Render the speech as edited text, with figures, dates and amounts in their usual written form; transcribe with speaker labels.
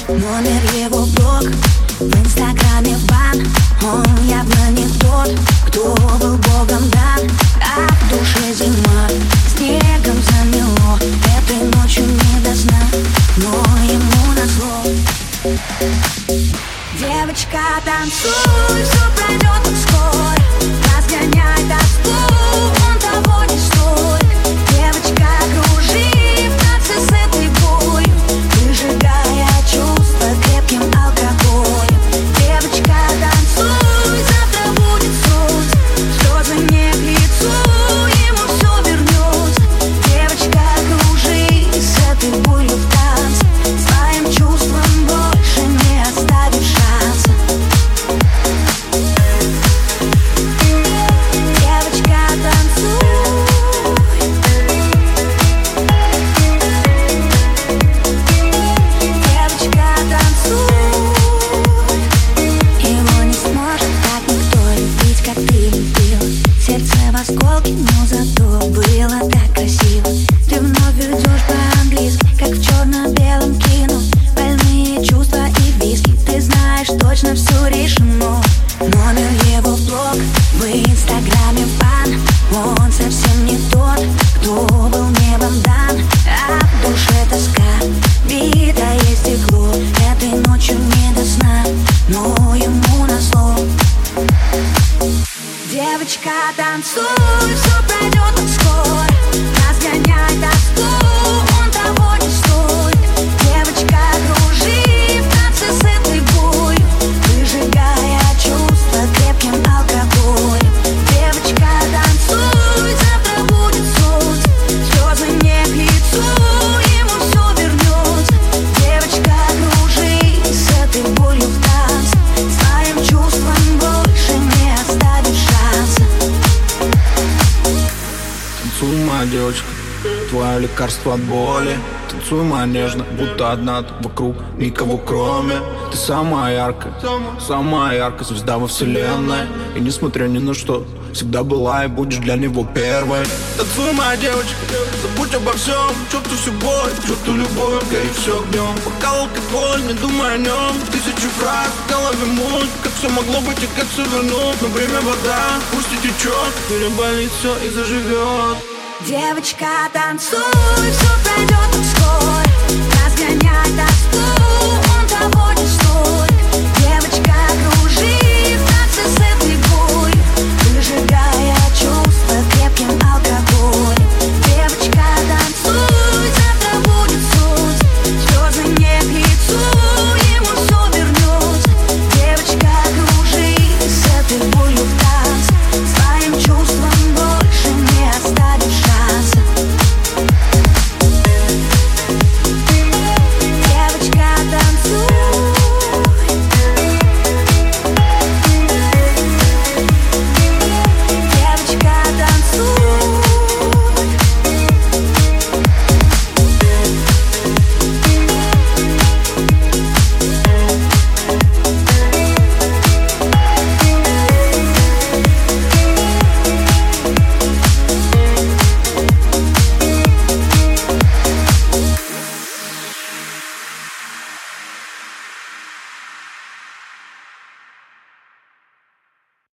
Speaker 1: Номер его блог, в инстаграме бан. Он явно не тот, кто был богом дан. А в душе зима, снегом замело. Этой ночью не до сна, но ему назло. Девочка, танцуй, все пройдет так скоро. Разгоняй тоску, он того не стоит. Девочка, кружи в танце с этой болью, выжигая чувства крепким алкоголем. Девочка, танцуй, завтра будет солнце, слезы не к лицу, ему все вернется. Девочка, кружи с этой болью в танце, своим чувством больше не оставишь шанса. Девочка, танцуй. Девочка, танцуй. Его не сможет так никто любить, как ты любила. Сердце в осколке, но зато было так красиво. Ты вновь идешь по-английски, как в черно-белом кино. Больные чувства и виски, ты знаешь, точно все решено. Номер его в блог, в инстаграме бан. Он совсем не тот, кто был небом дан. А в душе тоска, битое стекло. Этой ночью не до сна, но ему назло. Девочка, танцуй, все пройдет так скоро. Разгоняй тоску, он того не стоит. Девочка, кружи в танце с этой болью, выжигая чувства крепким алкоголем. Девочка, танцуй, завтра будет солнце, слезы не к лицу, ему все вернется. Девочка, кружи с этой болью в танце, своим чувством больше не оставишь шанса.
Speaker 2: Танцуй, моя девочка, твое лекарство от боли. Танцуй, моя нежно, будто одна ты вокруг, никого кроме. Ты самая яркая звезда во вселенной. И несмотря ни на что, всегда была и будешь для него первой. Танцуй, моя девочка, забудь обо всем, чувствуй всю боль, чувствуй любовь, гори все огнем. Пока алкоголь, не думай о нем, тысячи фраз в голове муть. Как все могло быть и как все вернуть, но время вода, пусть и течет, переболит все и заживет.
Speaker 1: Девочка, танцуй, все пройдет так скоро. Разгоняй